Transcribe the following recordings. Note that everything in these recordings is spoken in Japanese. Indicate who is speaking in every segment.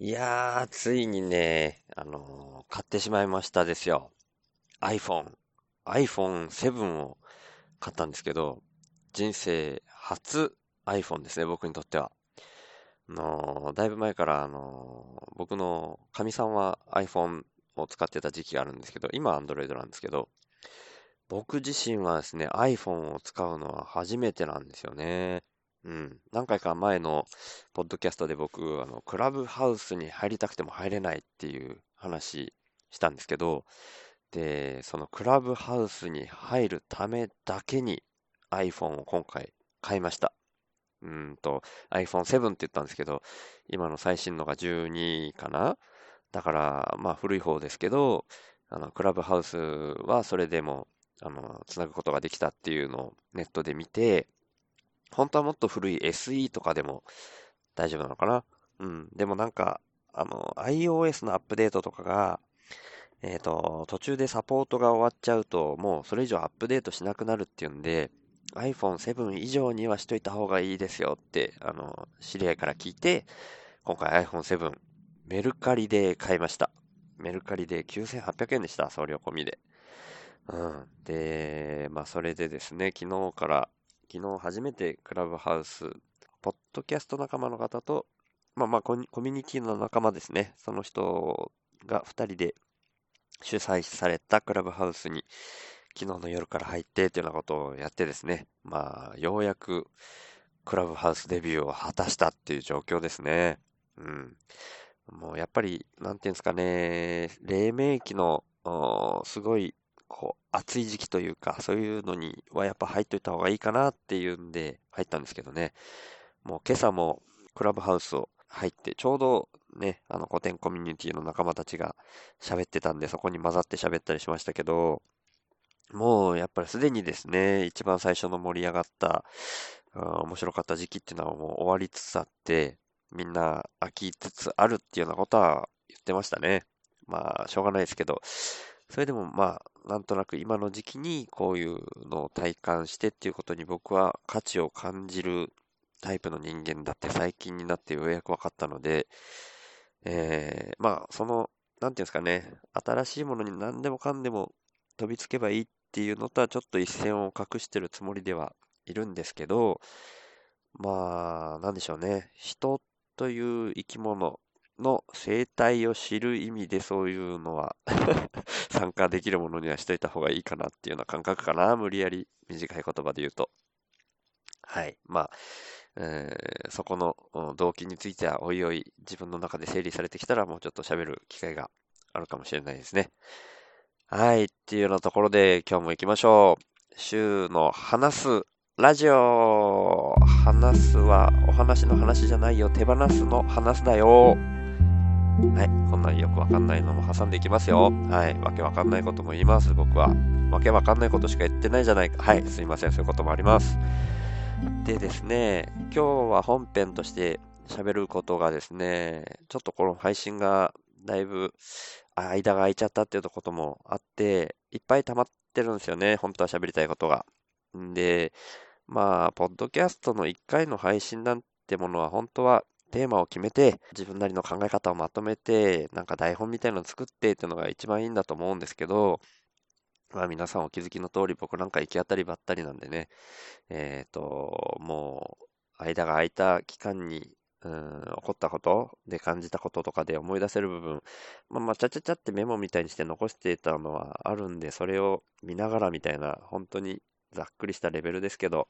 Speaker 1: いやー、ついにね、買ってしまいましたですよ。iPhone。iPhone 7を買ったんですけど、人生初 iPhone ですね、僕にとっては。だいぶ前から、僕のかみさんは iPhone を使ってた時期があるんですけど、今は Android なんですけど、僕自身はですね、iPhone を使うのは初めてなんですよね。うん。何回か前のポッドキャストで僕、クラブハウスに入りたくても入れないっていう話したんですけど、で、そのクラブハウスに入るためだけに iPhone を今回買いました。iPhone 7って言ったんですけど、今の最新のが12かな。だから、まあ古い方ですけど、クラブハウスはそれでも、つなぐことができたっていうのをネットで見て、本当はもっと古い SE とかでも大丈夫なのかな。うん。でもなんか、iOS のアップデートとかが、途中でサポートが終わっちゃうと、もうそれ以上アップデートしなくなるっていうんで、iPhone 7以上にはしといた方がいいですよって、知り合いから聞いて、今回 iPhone 7、メルカリで買いました。メルカリで9800円でした、送料込みで。うん。で、まあ、それでですね、昨日初めてクラブハウス、ポッドキャスト仲間の方と、コミュニティの仲間ですね。その人が2人で主催されたクラブハウスに昨日の夜から入ってというようなことをやってですね、まあ、ようやくクラブハウスデビューを果たしたっていう状況ですね。うん。もうやっぱり、なんていうんですかね、黎明期の、すごい、暑い時期というか、そういうのにはやっぱ入っといた方がいいかなっていうんで入ったんですけどね。もう今朝もクラブハウスを入って、ちょうどね、古典コミュニティの仲間たちが喋ってたんで、そこに混ざって喋ったりしましたけど、もうやっぱりすでにですね、一番最初の盛り上がった、面白かった時期っていうのはもう終わりつつあって、みんな飽きつつあるっていうようなことは言ってましたね。まあ、しょうがないですけど、それでもまあ、なんとなく今の時期にこういうのを体感してっていうことに僕は価値を感じるタイプの人間だって最近になってようやく分かったので、まあ、なんていうんですかね、新しいものに何でもかんでも飛びつけばいいっていうのとはちょっと一線を画してるつもりではいるんですけど、まあ、なんでしょうね。人という生き物の生態を知る意味でそういうのは参加できるものにはしといた方がいいかなっていうような感覚かな。無理やり短い言葉で言うと。はい。まあ、そこの動機についてはおいおい自分の中で整理されてきたらもうちょっと喋る機会があるかもしれないですね。はい。っていうようなところで今日も行きましょう。週の話すラジオ。話すはお話の話じゃないよ。手放すの話すだよ。はい。こんなよくわかんないのも挟んでいきますよ。はい。わけわかんないことも言います、僕は。わけわかんないことしか言ってないじゃないか。はい。すいません。そういうこともあります。でですね、今日は本編として喋ることがですね、ちょっとこの配信がだいぶ間が空いちゃったっていうこともあって、いっぱい溜まってるんですよね。本当は喋りたいことが。んで、まあ、ポッドキャストの1回の配信なんてものは本当はテーマを決めて、自分なりの考え方をまとめて、なんか台本みたいなのを作ってっていうのが一番いいんだと思うんですけど、まあ皆さんお気づきの通り僕なんか行き当たりばったりなんでね、もう間が空いた期間に起こったことで感じたこととかで思い出せる部分、ちゃちゃちゃってメモみたいにして残してたのはあるんで、それを見ながらみたいな、本当にざっくりしたレベルですけど、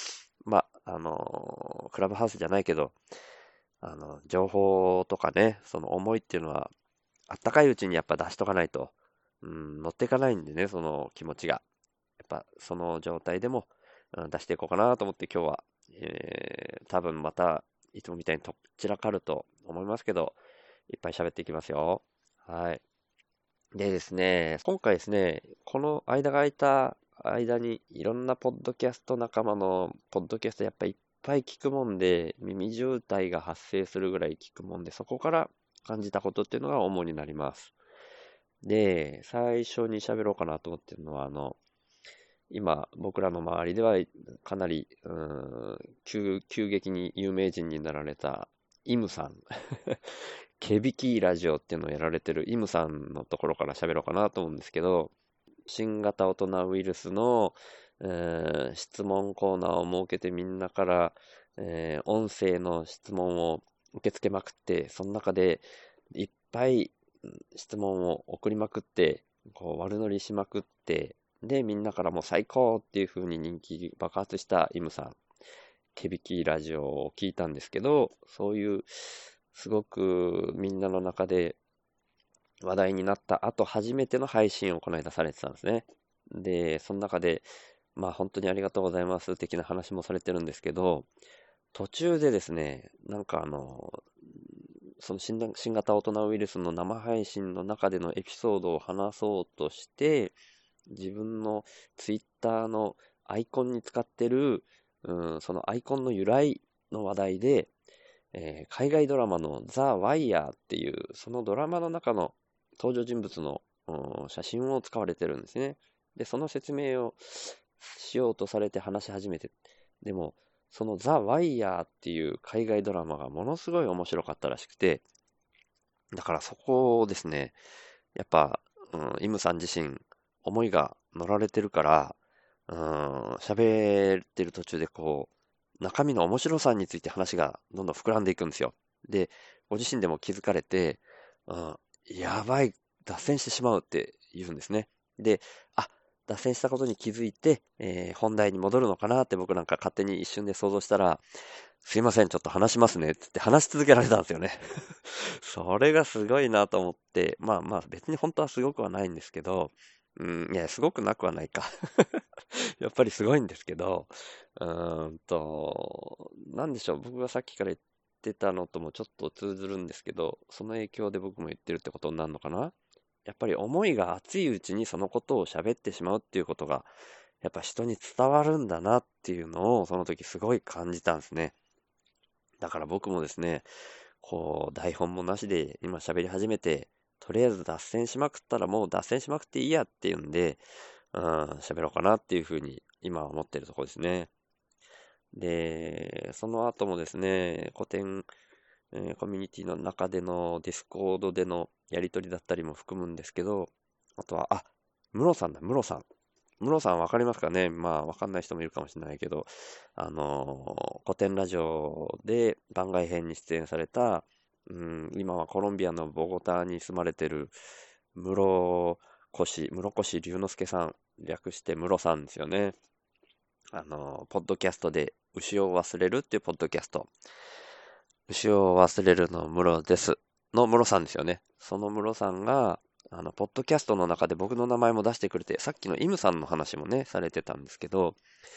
Speaker 1: クラブハウスじゃないけど、情報とかね、その思いっていうのは、あったかいうちにやっぱ出しとかないと、乗っていかないんでね、その気持ちが。やっぱその状態でも、出していこうかなと思って今日は、多分またいつもみたいにとっちらかると思いますけど、いっぱい喋っていきますよ。はい。でですね、今回ですね、この間が空いた間にいろんなポッドキャスト仲間のポッドキャストやっぱいっぱい聞くもんで、耳渋滞が発生するぐらい聞くもんで、そこから感じたことっていうのが主になります。で、最初に喋ろうかなと思ってるのは、今、僕らの周りではかなり、急激に有名人になられたイムさん。 毛引きラジオっていうのをやられてるイムさんのところから喋ろうかなと思うんですけど、新型大人ウイルスの、質問コーナーを設けてみんなから、音声の質問を受け付けまくって、その中でいっぱい質問を送りまくって、こう悪乗りしまくって、で、みんなからもう最高っていう風に人気爆発したイムさん、毛引きラジオを聞いたんですけど、そういうすごくみんなの中で話題になった後、初めての配信をこの間されてたんですね。で、その中で、まあ本当にありがとうございます的な話もされてるんですけど、途中でですね、その新型大人ウイルスの生配信の中でのエピソードを話そうとして、自分のツイッターのアイコンに使ってる、そのアイコンの由来の話題で、海外ドラマのザ・ワイヤーっていう、そのドラマの中の登場人物の写真を使われてるんですね。で、その説明をしようとされて話し始めて、でも、そのザ・ワイヤーっていう海外ドラマがものすごい面白かったらしくて、だからそこをですね、やっぱ、イムさん自身、思いが乗られてるから、喋ってる途中で中身の面白さについて話がどんどん膨らんでいくんですよ。で、ご自身でも気づかれて、うん、やばい、脱線してしまうって言うんですね。で、あ、脱線したことに気づいて、本題に戻るのかなって僕なんか勝手に一瞬で想像したら、すいません、ちょっと話しますねって言って話し続けられたんですよね。それがすごいなと思って、まあまあ別に本当はすごくはないんですけど、いや、すごくなくはないか。やっぱりすごいんですけど、なんでしょう、僕がさっきから言ってたのともちょっと通ずるんですけど、その影響で僕も言ってるってことになるのかな。やっぱり思いが熱いうちにそのことを喋ってしまうっていうことが、やっぱ人に伝わるんだなっていうのをその時すごい感じたんですね。だから僕もですね、台本もなしで今喋り始めて、とりあえず脱線しまくったらもう脱線しまくっていいやっていうんで、喋ろうかなっていうふうに今は思ってるところですね。で、その後もですね、古典、コミュニティの中でのディスコードでのやりとりだったりも含むんですけど、あとは、ムロさんだ、ムロさん。ムロさんわかりますかね。まあ、わかんない人もいるかもしれないけど、古典ラジオで番外編に出演された、今はコロンビアのボゴタに住まれてる室越龍之介さん、略してムロさんですよね。ポッドキャストで牛を忘れるっていうポッドキャスト。牛を忘れるのムロです。のムロさんですよね。そのムロさんが、ポッドキャストの中で僕の名前も出してくれて、さっきのイムさんの話もね、されてたんですけど、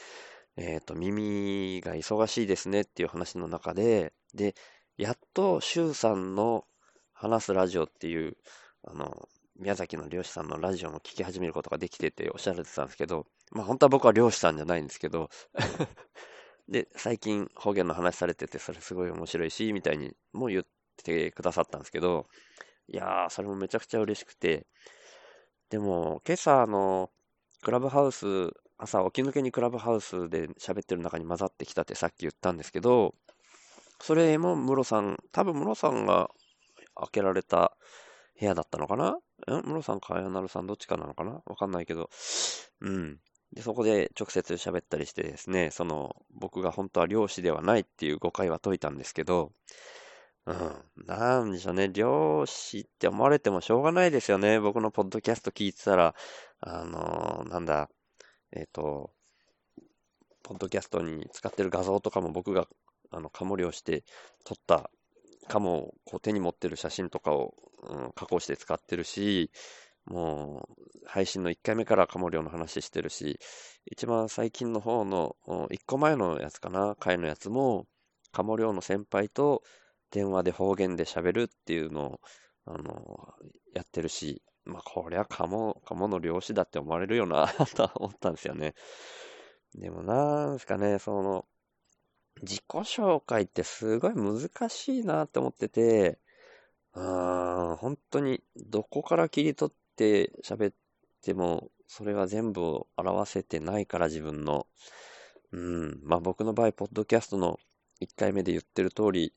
Speaker 1: 耳が忙しいですねっていう話の中で、で、やっとシュウさんの話すラジオっていう、宮崎の漁師さんのラジオも聞き始めることができてておっしゃられてたんですけど、まあ本当は僕は漁師さんじゃないんですけど、で、最近方言の話されてて、それすごい面白いし、みたいにも言ってくださったんですけど、いやー、それもめちゃくちゃ嬉しくて、でも、今朝クラブハウス、朝起き抜けにクラブハウスで喋ってる中に混ざってきたってさっき言ったんですけど、それもムロさん、多分ムロさんが開けられた部屋だったのかな。ムロさんかやなるさんどっちかなのかなわかんないけど。うん。で、そこで直接喋ったりしてですね、僕が本当は漁師ではないっていう誤解は解いたんですけど、なんでしょうね。漁師って思われてもしょうがないですよね。僕のポッドキャスト聞いてたら、なんだ、えっと、ポッドキャストに使ってる画像とかも僕が、カモ漁して撮ったカモを手に持ってる写真とかを、加工して使ってるし、もう、配信の1回目からカモ漁の話してるし、一番最近の方の、1個前のやつかな、回のやつも、カモ漁の先輩と電話で方言で喋るっていうのを、やってるし、まあ、こりゃカモの漁師だって思われるよなとは思ったんですよね。でもなんですかね、自己紹介ってすごい難しいなって思ってて、本当にどこから切り取って喋っても、それは全部を表せてないから自分の。まあ僕の場合、ポッドキャストの1回目で言ってる通り、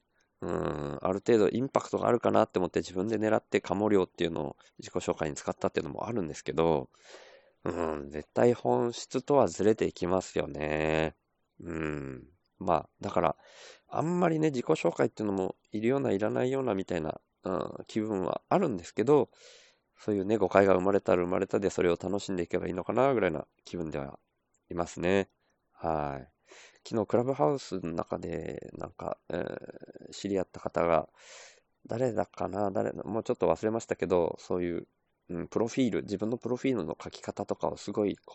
Speaker 1: ある程度インパクトがあるかなって思って自分で狙ってカモ漁っていうのを自己紹介に使ったっていうのもあるんですけど、絶対本質とはずれていきますよね。まあ、だから、あんまりね、自己紹介っていうのもいるような、いらないようなみたいな、気分はあるんですけど、そういうね、誤解が生まれたら生まれたで、それを楽しんでいけばいいのかな、ぐらいな気分ではいますね。はい。昨日、クラブハウスの中で、なんか、知り合った方が、誰だかな、もうちょっと忘れましたけど、そういう、プロフィール、自分のプロフィールの書き方とかをすごい、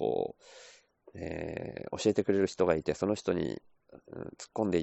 Speaker 1: 教えてくれる人がいて、その人に、突っ込んでいって、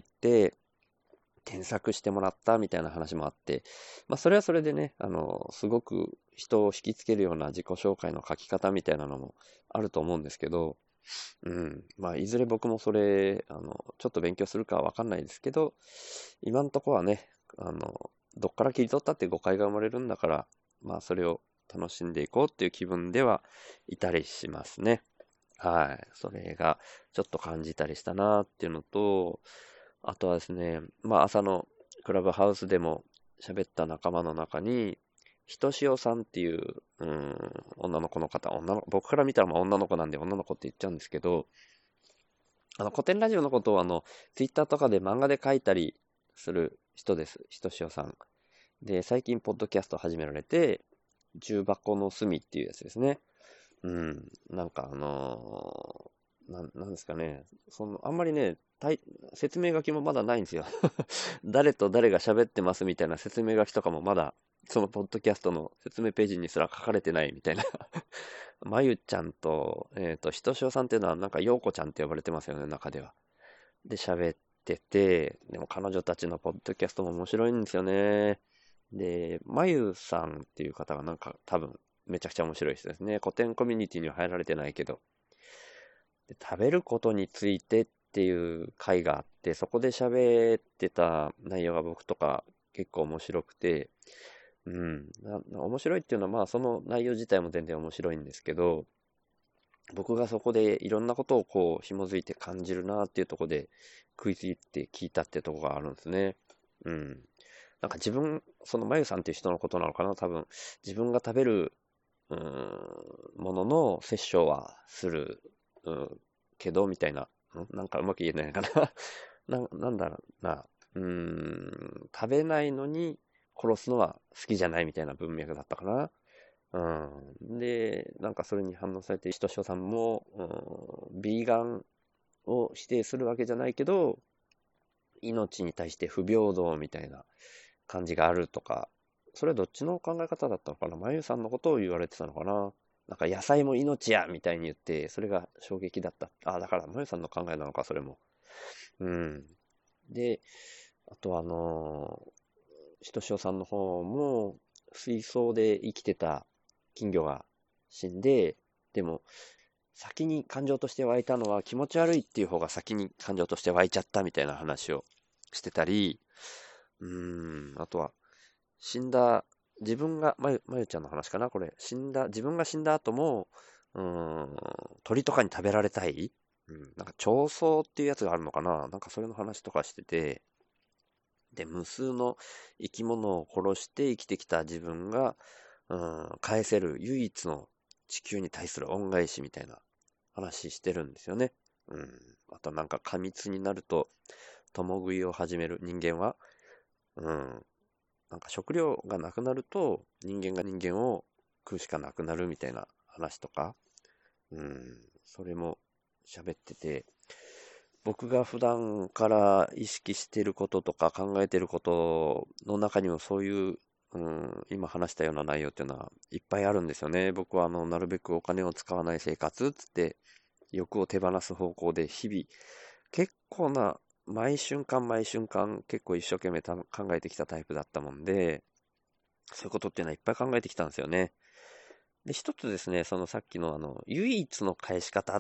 Speaker 1: 添削してもらったみたいな話もあって、まあ、それはそれでね、すごく人を引きつけるような自己紹介の書き方みたいなのもあると思うんですけど、まあ、いずれ僕もそれ、ちょっと勉強するかはわかんないですけど、今んとこはね、どっから切り取ったって誤解が生まれるんだから、まあ、それを楽しんでいこうっていう気分ではいたりしますね。はい。それがちょっと感じたりしたなっていうのと、あとはですね、まあ朝のクラブハウスでも喋った仲間の中に、ひとしおさんっていう、女の子の方、僕から見たらまあ女の子なんで女の子って言っちゃうんですけど、古典ラジオのことをツイッターとかで漫画で書いたりする人です。ひとしおさん。で、最近ポッドキャスト始められて、重箱の隅っていうやつですね。なんかなんですかね、あんまりね、説明書きもまだないんですよ。誰と誰が喋ってますみたいな説明書きとかもまだ、そのポッドキャストの説明ページにすら書かれてないみたいな。まゆちゃんと、ひとしおさんっていうのはなんかようこちゃんって呼ばれてますよね、中では。で、喋ってて、でも彼女たちのポッドキャストも面白いんですよね。で、まゆさんっていう方がなんか多分めちゃくちゃ面白い人ですね。古典コミュニティには入られてないけど。で、食べることについてっていう回があって、そこで喋ってた内容が僕とか結構面白くて、面白いっていうのはまあその内容自体も全然面白いんですけど、僕がそこでいろんなことを紐づいて感じるなっていうところで食いついて聞いたってとこがあるんですね。うん。なんかそのまゆさんっていう人のことなのかな、多分。自分が食べる、ものの殺生はする、けど、みたいな。なんかうまく言えないかな。なんだろうな。食べないのに殺すのは好きじゃないみたいな文脈だったかな。で、なんかそれに反応されて、ひとしおさんも、ビーガンを否定するわけじゃないけど、命に対して不平等みたいな感じがあるとか、それはどっちの考え方だったのかな、まゆさんのことを言われてたのかな。なんか野菜も命やみたいに言って、それが衝撃だった。あ、だからまゆさんの考えなのか、それも。うん。で、あとひとしおさんの方も、水槽で生きてた金魚が死んで、でも、先に感情として湧いたのは気持ち悪いっていう方が先に感情として湧いちゃったみたいな話をしてたり、あとは、死んだ、まゆちゃんの話かなこれ。自分が死んだ後も、うーん、鳥とかに食べられたい。なんか、長草っていうやつがあるのかな、なんかそれの話とかしてて、で、無数の生き物を殺して生きてきた自分が、返せる唯一の地球に対する恩返しみたいな話してるんですよね。あとなんか過密になると、共食いを始める人間は、うん、なんか食料がなくなると人間が人間を食うしかなくなるみたいな話とか、それも喋ってて、僕が普段から意識していることとか考えていることの中にもそういう、今話したような内容っていうのはいっぱいあるんですよね。僕はなるべくお金を使わない生活つって欲を手放す方向で日々結構な毎瞬間毎瞬間結構一生懸命考えてきたタイプだったもんで、そういうことっていうのはいっぱい考えてきたんですよね。で、一つですね、そのさっきの唯一の返し方って、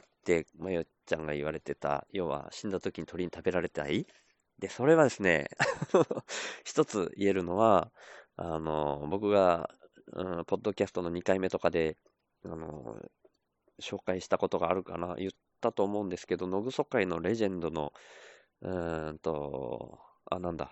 Speaker 1: まよっちゃんが言われてた、要は死んだ時に鳥に食べられたい。で、それはですね、一つ言えるのは、僕が、ポッドキャストの2回目とかで、紹介したことがあるかな、言ったと思うんですけど、野ぐそ界のレジェンドの、なんだ、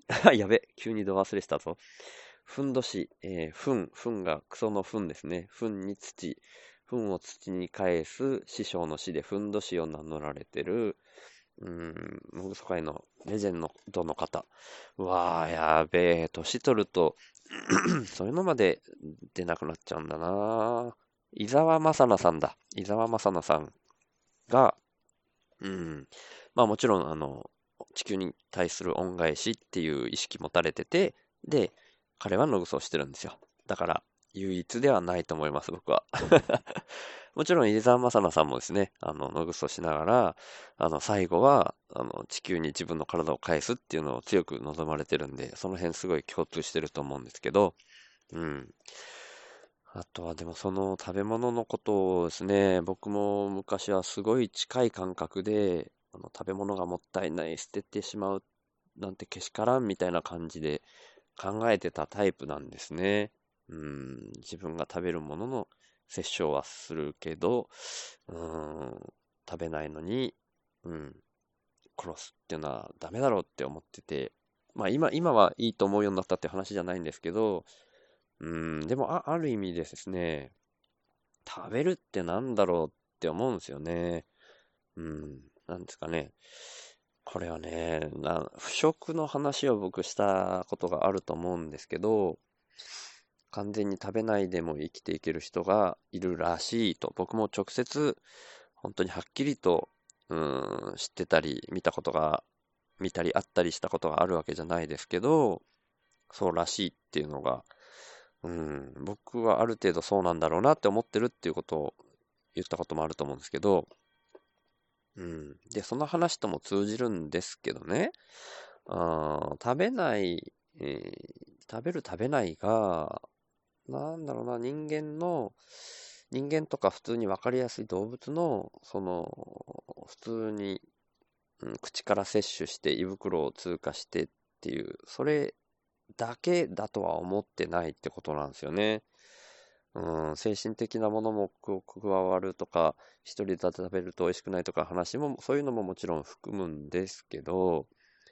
Speaker 1: やべ、急に度忘れしたぞ。ふんどし、ふんがクソのふんですね。ふんに土。ふんを土に返す師匠の師でふんどしを名乗られてる、モグソ界のレジェンドの方。うわー、やべえ、年取るとそういうのまで出なくなっちゃうんだな。伊沢正奈さんだ。伊沢正奈さんが、うん、まあもちろん、地球に対する恩返しっていう意識持たれてて、で、彼は野グソをしてるんですよ。だから、唯一ではないと思います、僕は。もちろん、伊沢正奈さんもですね、野グソしながら、最後は、地球に自分の体を返すっていうのを強く望まれてるんで、その辺すごい共通してると思うんですけど、うん。あとはでもその食べ物のことをですね、僕も昔はすごい近い感覚で、食べ物がもったいない、捨ててしまうなんてけしからんみたいな感じで考えてたタイプなんですね。自分が食べるものの殺生はするけど、食べないのに、うん、殺すっていうのはダメだろうって思ってて、まあ今はいいと思うようになったって話じゃないんですけど、でもある意味ですね、食べるってなんだろうって思うんですよね。なんですかね。これはね、不食の話を僕したことがあると思うんですけど、完全に食べないでも生きていける人がいるらしいと、僕も直接、本当にはっきりと、知ってたり、見たりあったりしたことがあるわけじゃないですけど、そうらしいっていうのが、僕はある程度そうなんだろうなって思ってるっていうことを言ったこともあると思うんですけど、で、その話とも通じるんですけどね、食べない、食べる食べないが、なんだろうな、人間とか普通に分かりやすい動物の、普通に、口から摂取して胃袋を通過してっていう、それだけだとは思ってないってことなんですよね。精神的なものも加わるとか、一人で食べると美味しくないとか話も、そういうのももちろん含むんですけど、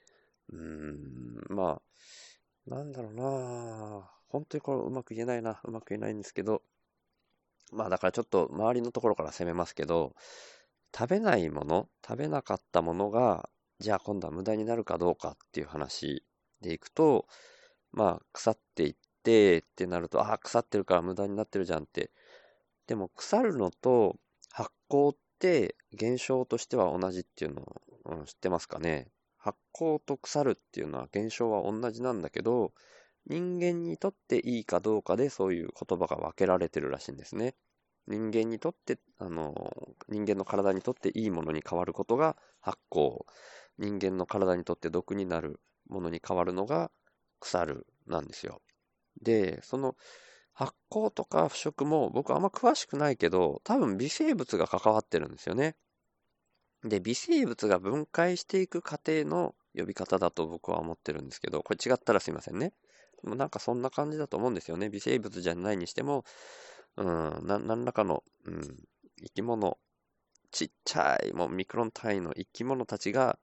Speaker 1: まあ、なんだろうな。本当にこれうまく言えないな。うまく言えないんですけど、まあだからちょっと周りのところから攻めますけど、食べなかったものが、じゃあ今度は無駄になるかどうかっていう話でいくと、まあ腐っていってなると、ああ、腐ってるから無駄になってるじゃんって。でも腐るのと発酵って現象としては同じっていうのを、知ってますかね。発酵と腐るっていうのは現象は同じなんだけど、人間にとっていいかどうかでそういう言葉が分けられてるらしいんですね。人間にとって、人間の体にとっていいものに変わることが発酵。人間の体にとって毒になるものに変わるのが腐るなんですよ。で、その発酵とか腐食も僕あんま詳しくないけど、多分微生物が関わってるんですよね。で、微生物が分解していく過程の呼び方だと僕は思ってるんですけど、これ違ったらすいませんね。もうなんかそんな感じだと思うんですよね。微生物じゃないにしても、何らかの、生き物、ちっちゃい、もうミクロン単位の生き物たちが、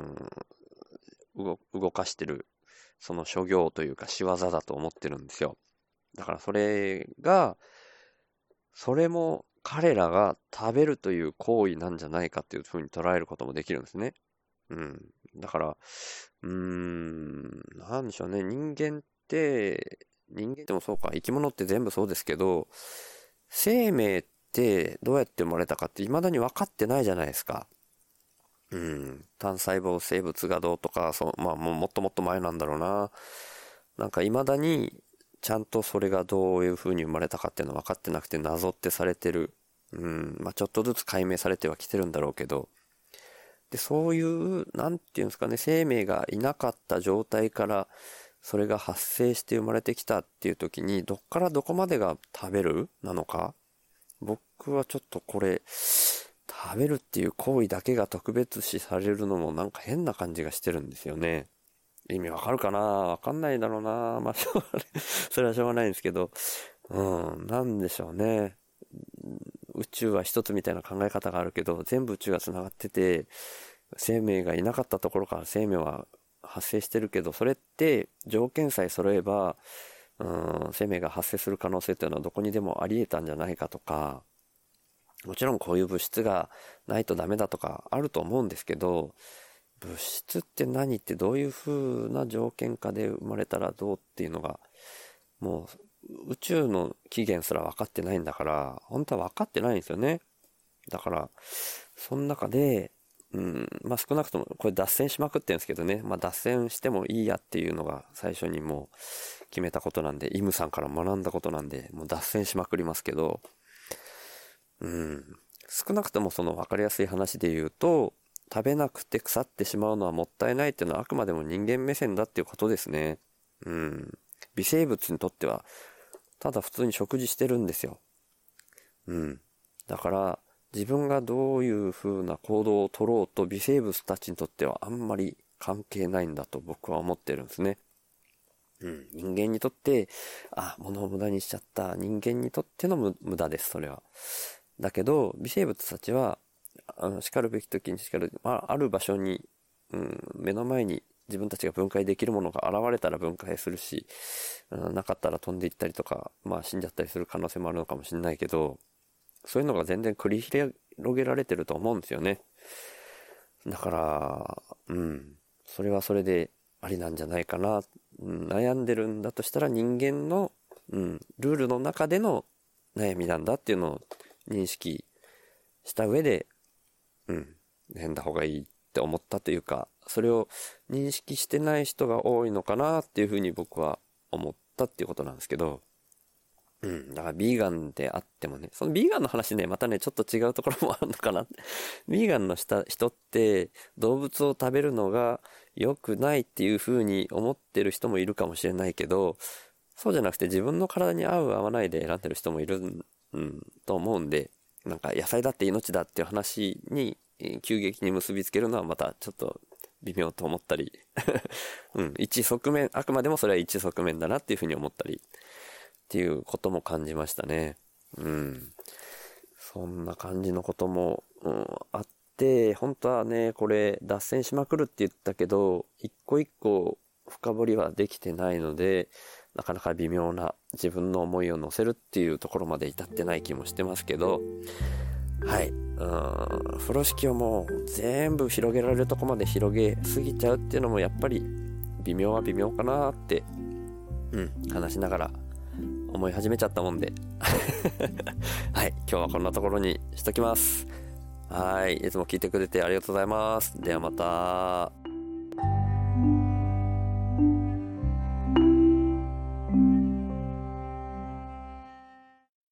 Speaker 1: 動かしてる、その諸行というか仕業だと思ってるんですよ。だからそれも彼らが食べるという行為なんじゃないかっていうふうに捉えることもできるんですね。だから、なんでしょうね。人間ってもそうか、生き物って全部そうですけど、生命ってどうやって生まれたかって未だに分かってないじゃないですか。単細胞生物がどうとか、まあもっともっと前なんだろうな。なんか未だにちゃんとそれがどういう風に生まれたかっていうのは分かってなくて謎ってされてる。まあちょっとずつ解明されてはきてるんだろうけど、で、そういう、なんていうんですかね、生命がいなかった状態から、それが発生して生まれてきたっていう時に、どっからどこまでが食べるなのか、僕はちょっとこれ、食べるっていう行為だけが特別視されるのもなんか変な感じがしてるんですよね。意味わかるかな、わかんないだろうな。まあ、それはしょうがないんですけど、なんでしょうね。宇宙は一つみたいな考え方があるけど、全部宇宙が繋がってて、生命がいなかったところから生命は発生してるけど、それって条件さえ揃えば、生命が発生する可能性というのはどこにでもあり得たんじゃないかとか、もちろんこういう物質がないとダメだとかあると思うんですけど、物質って何ってどういう風な条件下で生まれたらどうっていうのが、もう宇宙の起源すら分かってないんだから、本当は分かってないんですよね。だから、その中で、少なくとも、これ脱線しまくってるんですけどね、脱線してもいいやっていうのが最初にもう決めたことなんで、イムさんから学んだことなんで、もう脱線しまくりますけど、少なくともその分かりやすい話で言うと、食べなくて腐ってしまうのはもったいないっていうのはあくまでも人間目線だっていうことですね。微生物にとっては、ただ普通に食事してるんですよ。だから、自分がどういう風な行動を取ろうと微生物たちにとってはあんまり関係ないんだと僕は思ってるんですね。人間にとって、物を無駄にしちゃった。人間にとっての無駄です、それは。だけど、微生物たちは、叱るべき時に叱る、ある場所に、目の前に自分たちが分解できるものが現れたら分解するし、なかったら飛んでいったりとか、死んじゃったりする可能性もあるのかもしれないけど、そういうのが全然繰り広げられてると思うんですよね。だから、それはそれでありなんじゃないかな。悩んでるんだとしたら人間の、ルールの中での悩みなんだっていうのを認識した上で、悩んだ方がいいって思ったというか、それを認識してない人が多いのかなっていうふうに僕は思ったっていうことなんですけど、だからビーガンであってもね、そのビーガンの話ね、またね、ちょっと違うところもあるのかな。ビーガンの人って動物を食べるのが良くないっていう風に思ってる人もいるかもしれないけど、そうじゃなくて自分の体に合う合わないで選んでる人もいる、と思うんで、なんか野菜だって命だっていう話に急激に結びつけるのはまたちょっと微妙と思ったり、一側面、あくまでもそれは一側面だなっていう風に思ったり、っていうことも感じましたね。そんな感じのことも、あって、本当はね、これ脱線しまくるって言ったけど、一個一個深掘りはできてないので、なかなか微妙な自分の思いを乗せるっていうところまで至ってない気もしてますけど、はい。風呂敷をもう全部広げられるとこまで広げすぎちゃうっていうのもやっぱり微妙は微妙かなって、話しながら思い始めちゃったもんではい、今日はこんなところにしときます。はい、いつも聞いてくれてありがとうございます。ではまた。